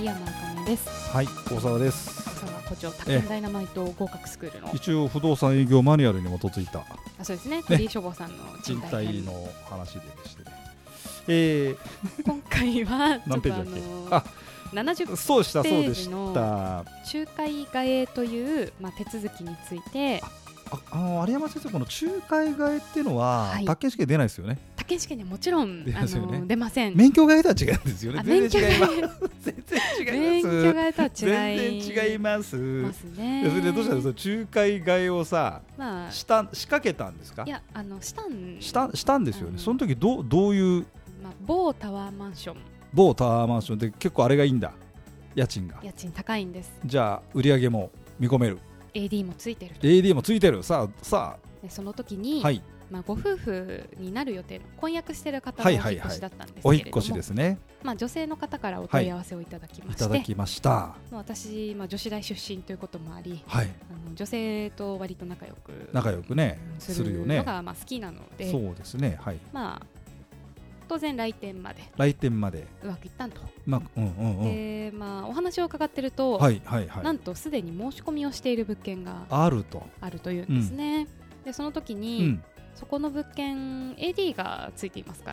山あかねです。 はい、大沢です。 大沢都庁宅建ダイナマイト合格スクールの一応不動産営業マニュアルに基づいたそうですね、鳥居書房さんの賃貸の話でしてね、 今回は何ページだっけ 70ページの仲介替えという、手続きについて有山先生、この仲介替えっていうのは、宅建試験出ないですよね。 宅建試験にはもちろん出ません。 免許替えとは違うんですよね。全然違います。 免許替えとは全然違いますね。それでどうしたんですか、仲介替えをさ、仕掛けたんですか。いや、したんですよね。その時どういう、 某タワーマンションで結構あれがいいんだ、家賃高いんです。 じゃあ売り上げも見込める、 AD もついてる。さあでその時に、ご夫婦になる予定の婚約している方のお引っ越しだったんですけれども、 お引っ越しですね。 女性の方からお問い合わせをいただきまして、私、女子大出身ということもあり、女性と割と仲良くねするのが好きなので、そうですね、当然来店までうまくいったんと。で、お話を伺ってると、なんとすでに申し込みをしている物件があるというんですね。でその時に、そこの物件 AD がついていますから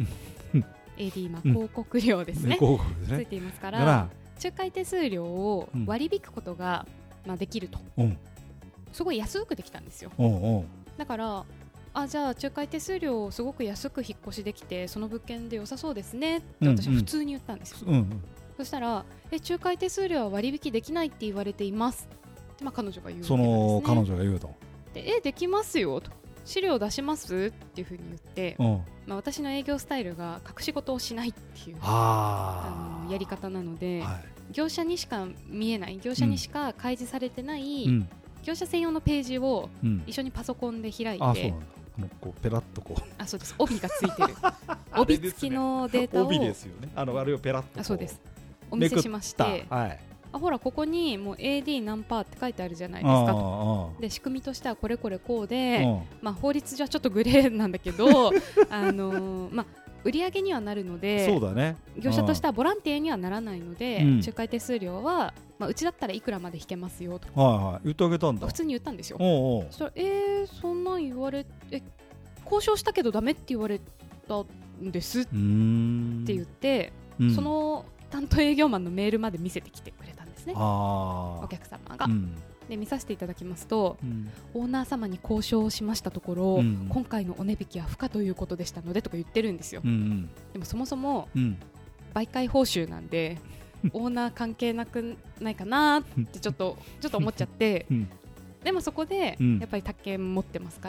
、AD、広告料ですね、ついていますから、仲介手数料を割り引くことができると、すごい安くできたんですよ。だからじゃあ仲介手数料をすごく安く引っ越しできて、その物件で良さそうですねって私は普通に言ったんですよ。そしたら仲介手数料は割引できないって言われていますって、彼女が言うわけなんですね。その彼女が言うと、できますよと、資料出しますっていうふうに言って、私の営業スタイルが隠し事をしないっていうやり方なので、業者にしか見えない、業者にしか開示されてない、業者専用のページを一緒にパソコンで開いて、 ペラッとそうです、帯がついてる帯付きのデータを帯ですよね、あれをペラッとそうです、お見せしまして、ほらここにもう AD 何パーって書いてあるじゃないですかと。で仕組みとしてはこれこうで、法律上ちょっとグレーなんだけど売り上げにはなるので、そうだね、業者としてはボランティアにはならないので、仲介手数料は、うちだったらいくらまで引けますよと、言ってあげたんだ。普通に言ったんですよ。そしたらそんなん言われ交渉したけどダメって言われたんですって言って、その担当営業マンのメールまで見せてきてくれたんですね、お客様が。で見させていただきますと、オーナー様に交渉をしましたところ、今回のお値引きは不可ということでしたのでとか言ってるんですよ。でもそもそも、媒介報酬なんでオーナー関係なくないかなってちょっと思っちゃってでもそこでやっぱり宅建持ってますから、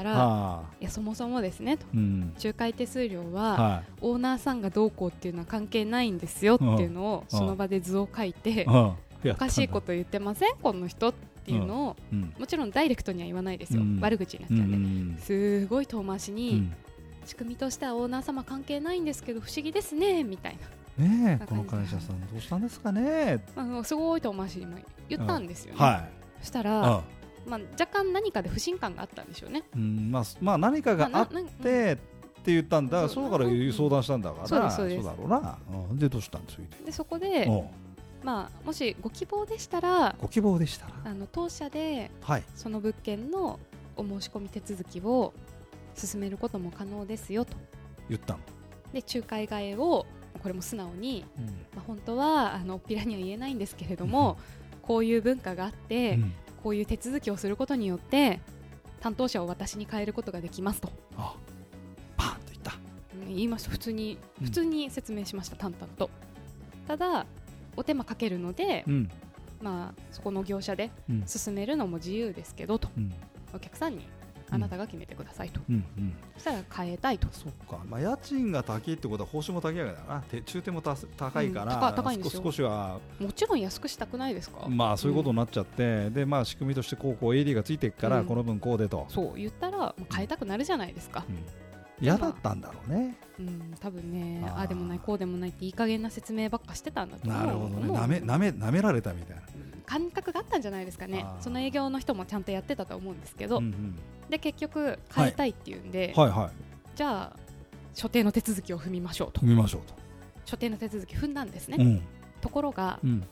いやそもそもですねと、仲介手数料はオーナーさんがどうこうっていうのは関係ないんですよっていうのをその場で図を書いて、おかしいこと言ってませんこの人っていうのを、もちろんダイレクトには言わないですよ、悪口になっちゃうんで、すごい遠回しに、仕組みとしてはオーナー様関係ないんですけど不思議ですねみたいなね、 この会社さんどうしたんですかね、 すごい遠回しに言ったんですよね。そしたら若干何かで不信感があったんでしょうね。 何かがあってって言ったんだ、そうから相談したんだから、そうだろうな。でどうしたんですか。 でそこでもしご希望でしたら当社でその物件のお申し込み手続きを進めることも可能ですよと言ったので、仲介替えをこれも素直に、本当はおっぴらには言えないんですけれども、こういう文化があって、こういう手続きをすることによって担当者を私に変えることができますとパーンと言いました。普通に説明しました、淡々と。ただお手間かけるので、そこの業者で進めるのも自由ですけどと、お客さんにあなたが決めてくださいと、そしたら変えたいと。 そっか、家賃が高いってことは報酬も高いわけだな。中手も高いから、 高いんですよ。 少しはもちろん安くしたくないですか。 そういうことになっちゃって、で仕組みとしてこう AD がついていくから、この分こうでとそう言ったら変えたくなるじゃないですか。 嫌だったんだろうね。 多分ね、あでもないこうでもないっていい加減な説明ばっかしてたんだと思う。 なるほどね、なめられたみたいな感覚があったんじゃないですかね。その営業の人もちゃんとやってたと思うんですけど、で結局変えたいっていうんで、じゃあ所定の手続きを踏みましょうと。所定の手続き踏んだんですね。ところが、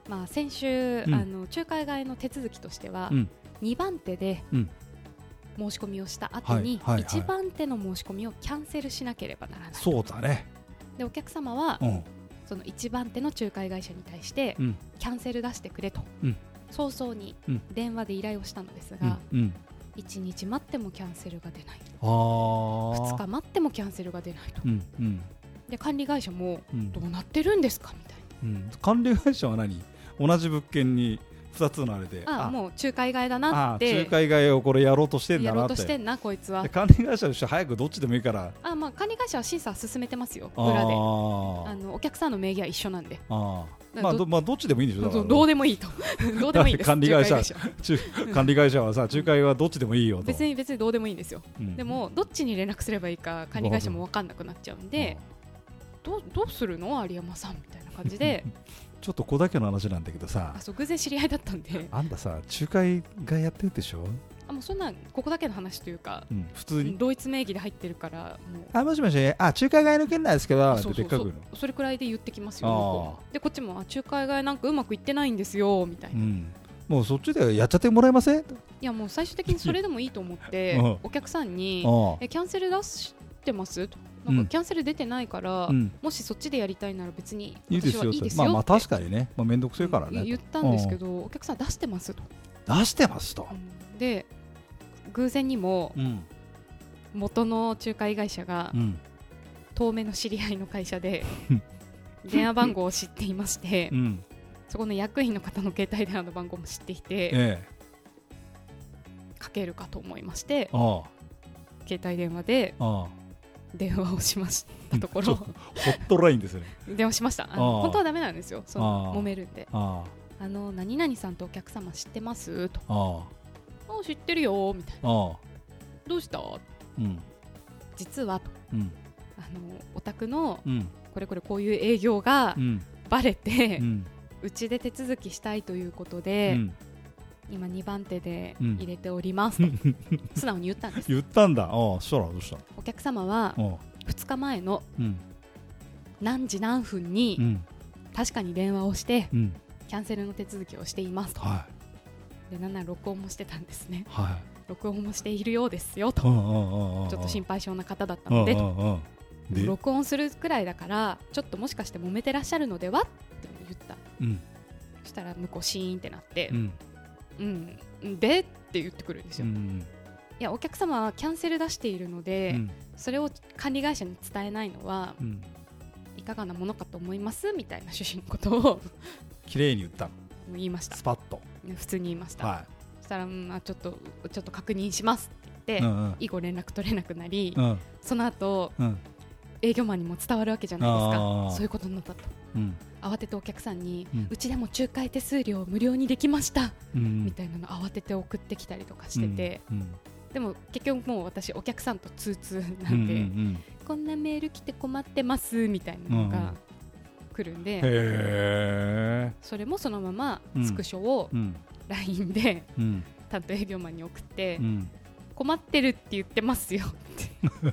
まあ、先週、仲介側の手続きとしては、2番手で申し込みをした後に、1番手の申し込みをキャンセルしなければならない。 そうだね。 でお客様は、その1番手の仲介会社に対して、キャンセル出してくれと、早々に電話で依頼をしたのですが、1日待ってもキャンセルが出ない、2日待ってもキャンセルが出ないと、で管理会社もどうなってるんですかみたいな、 管理会社は何、同じ物件に2つのあれで、 もう仲介替えだなって、 仲介替えをこれやろうとしてんだなって、 やろうとしてんなこいつは。 管理会社として早くどっちでもいいから、 まあ、管理会社は審査進めてますよ、裏で。お客さんの名義は一緒なんで、 まあどっちでもいいんでしょ。だからどうでもいいとどうでもいいです。 管理会社はさ、仲介はどっちでもいいよと。 別にどうでもいいんですよ、でもどっちに連絡すればいいか管理会社も分かんなくなっちゃうんで、どうするの有山さんみたいな感じでちょっと子だけの話なんだけどさ、 そう偶然知り合いだったんで、 あんたさ仲介がやってるでしょ。 もうそんなここだけの話というか、 普通に同一名義で入ってるからもしもし、仲介替えの件なんですけど、 それくらいで言ってきますよ。でこっちも仲介替えなんかうまくいってないんですよみたいな、 もうそっちでやっちゃってもらえません。いやもう最終的にそれでもいいと思ってお客さんにキャンセル出してますと、なんかキャンセル出てないから、もしそっちでやりたいなら別に私はいいですよって、 まあ確かにね、めんどくせえからね言ったんですけど、お客さん出してますと。 出してますと、 で偶然にも元の仲介会社が遠目の知り合いの会社で電話番号を知っていまして、そこの役員の方の携帯電話の番号も知っていて、かけるかと思いまして、携帯電話で電話をしましたところ、 ホットラインですね。 電話しました。本当はダメなんですよ、揉めるんで。何々さんとお客様知ってますと。知ってるよみたいな。どうした、実はと、お宅のこれこういう営業がバレて、うちで手続きしたいということで、今2番手で入れておりますと素直に言ったんです。 言ったんだ。そしたらどうした。 お客様は2日前の何時何分に確かに電話をしてキャンセルの手続きをしていますと、でなんなら録音もしてたんですね。録音もしているようですよと、ちょっと心配性な方だったのでと、録音するくらいだからちょっともしかして揉めてらっしゃるのではって言った、そしたら向こうシーンってなって、でって言ってくるんですよ。いやお客様はキャンセル出しているので、それを管理会社に伝えないのは、いかがなものかと思いますみたいな趣旨のことを綺麗に言ったの。 言いました。 スパッと普通に言いました。そしたら、ちょっと確認しますって言って、以後連絡取れなくなり、その後、営業マンにも伝わるわけじゃないですか。そういうことになったと、慌ててお客さんに、うちでも仲介手数料無料にできました、みたいなの慌てて送ってきたりとかしてて、でも結局もう私お客さんと通通なんで、こんなメール来て困ってますみたいなのが来るんで、それもそのままスクショを LINE で担当営業マンに送って、困ってるって言ってますよって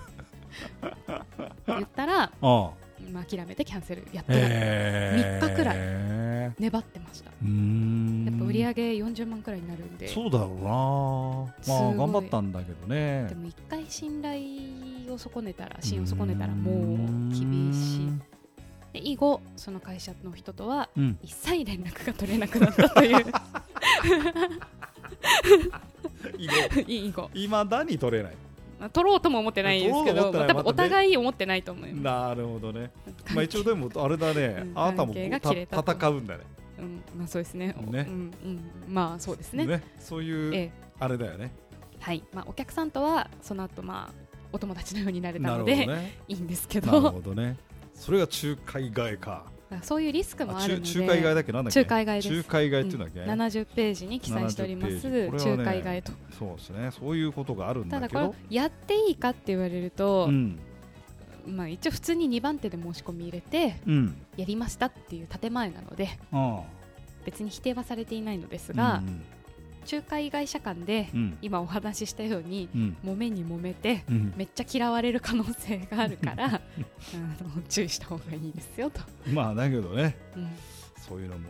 言ったら、諦めてキャンセルやってない、3日くらい粘ってました。やっぱ売り上げ40万くらいになるんで。 そうだろうな、頑張ったんだけどね。 でも一回信頼を損ねたら、信用を損ねたらもう厳しい。で以後その会社の人とは一切連絡が取れなくなったという以後いまだに取れない。 取ろうとも思ってないんですけど、多分お互い思ってないと思います。 なるほどね。一応でもあれだね、あなたも戦うんだね。 そうですね。まあそうですね。 そういうあれだよね。 はい。お客さんとはその後お友達のようになれたのでいいんですけど。 なるほどね。それが仲介替えか。 そういうリスクもあるので。 仲介替えだっけ、なんだっけ。 仲介替えです。 仲介替えっていうんだっけ。 70ページに記載しております仲介替えと。 そうですね。そういうことがあるんだけど。 ただこれやっていいかって言われると、一応普通に2番手で申し込み入れてやりましたっていう建前なので、別に否定はされていないのですが、仲介会社間で今お話ししたように揉めに揉めてめっちゃ嫌われる可能性があるから注意した方がいいですよと。 だけどね、そういうのも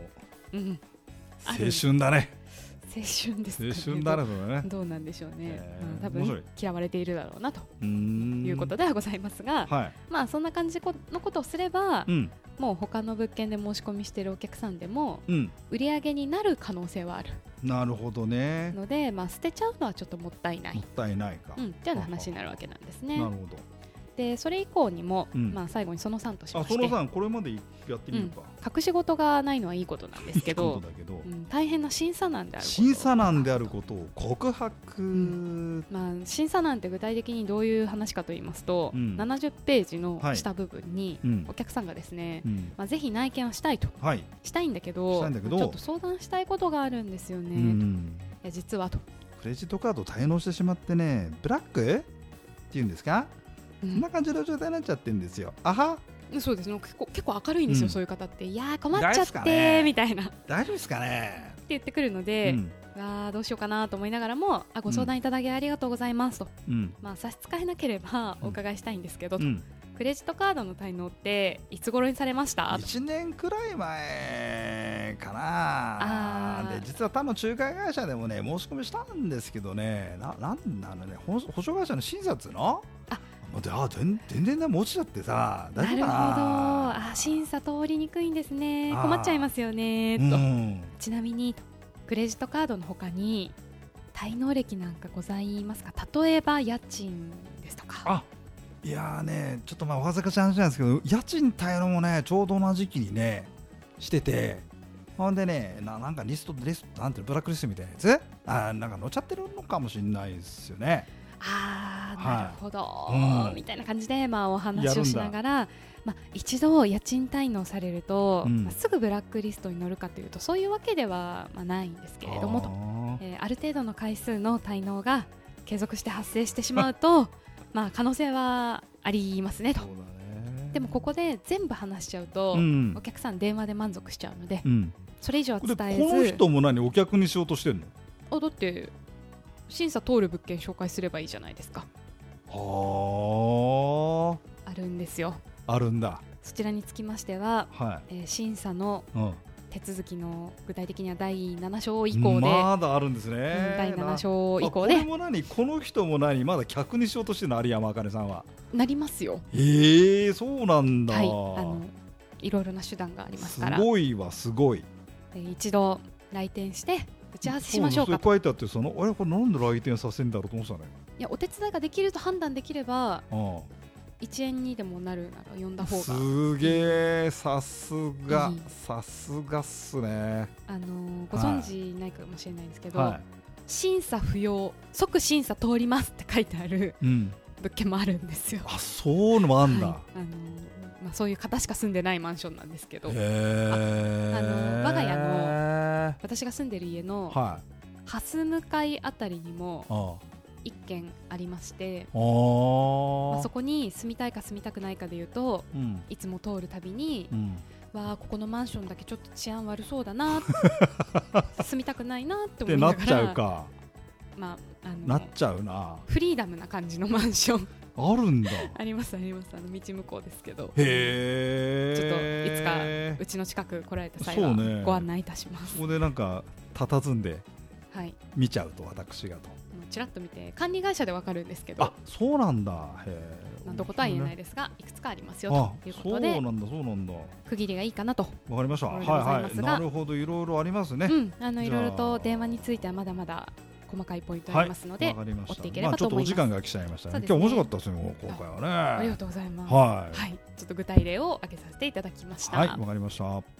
うん、 青春だね。 青春ですかね。 青春だね。 どうなんでしょうね。多分嫌われているだろうなということではございますが、 はい、 まあそんな感じのことをすれば、うん、もう他の物件で申し込みしているお客さんでも、うん、売り上げになる可能性はある。 なるほどね。 ので、まあ、捨てちゃうのはちょっともったいない。 もったいないか。 っていうような話になるわけなんですね。 なるほど。 でそれ以降にも、まあ、最後にその3としまして、 その3これまでやってみるか、 隠し事がないのはいいことなんですけど、大変な審査難であること、 審査難であることを告白、 まあ、審査難って具体的にどういう話かと言いますと、70ページの下部分にお客さんがですね、まあ、ぜひ内見をしたいと、したいんだけどちょっと相談したいことがあるんですよね、いや実はとクレジットカード滞納してしまってね、ブラックっていうんですか、そんな感じの状態になっちゃってるんですよ。あは、 そうですね、結構明るいんですよ、そういう方って。いやー困っちゃってみたいな、 大丈夫ですかねって言ってくるので、どうしようかなと思いながらも、ご相談いただきありがとうございますと、まあ、差し支えなければお伺いしたいんですけど、クレジットカードの滞納っていつ頃にされました？ 1 年くらい前かな。で実は他の仲介会社でもね申し込みしたんですけどね、なんなのね、保証会社の審査っていうの全然落ちちゃってさ、大丈夫かな。 なるほど、審査通りにくいんですね、困っちゃいますよねと、ちなみにクレジットカードの他に滞納歴なんかございますか？例えば家賃ですとか。 いやーね、ちょっとまあお恥ずかしい話なんですけど、家賃滞納もねちょうど同じ時期にねしてて、ほんでねなんかリストなんていうの、ブラックリストみたいなやつなんか乗っちゃってるのかもしれないですよね。 なるほど、みたいな感じで、まあ、お話をしながら、まあ、一度家賃滞納されると、すぐブラックリストに乗るかというとそういうわけでは、ないんですけれどもと、ある程度の回数の滞納が継続して発生してしまうとまあ可能性はありますねと。でもここで全部話しちゃうと、お客さん電話で満足しちゃうので、それ以上は伝えず。 この人もお客にしようとしてんの？ だって審査通る物件紹介すればいいじゃないですか。あるんですよ。 あるんだ。 そちらにつきましては、審査の手続きの具体的には第7章以降で、 まだあるんですね。 第7章以降で、 この人もまだ客にしようとしてるの？有山あかねさんはなりますよ。 そうなんだ。 いろいろな手段がありますから。 すごいわ、すごい。 一度来店して打ち合わせしましょうかと。 そう書いてあって、これなんで来店させるんだろうと思ってたね。 いや、お手伝いができると判断できれば1円にでもなるなら呼んだ方が。 すげえ、さすがっすね。 ご存知ないかもしれないんですけど、審査不要、即審査通りますって書いてある物件もあるんですよ。 そういうのもあるんだ。 そういう方しか住んでないマンションなんですけど、我が家の私が住んでる家の蓮向かいあたりにも1軒ありまして、そこに住みたいか住みたくないかでいうと、いつも通るたびに、ここのマンションだけちょっと治安悪そうだな住みたくないなって思いながら、なっちゃうか、なっちゃうな。フリーダムな感じのマンションあるんだ。 あります、道向こうですけど、ちょっといつかうちの近く来られた際はご案内いたします。 そこで佇んで見ちゃうと、私がとちらっと見て管理会社でわかるんですけど、 そうなんだ。 どことは言えないですが、いくつかありますよということで、 そうなんだ。 区切りがいいかなと。 わかりました。なるほど、いろいろありますね。 いろいろと電話についてはまだまだ細かいポイントありますので、追っていければと思います。 ちょっとお時間が来ちゃいましたね。今日面白かったですね、今回はね。 ありがとうございます。ちょっと具体例を挙げさせていただきました。 わかりました。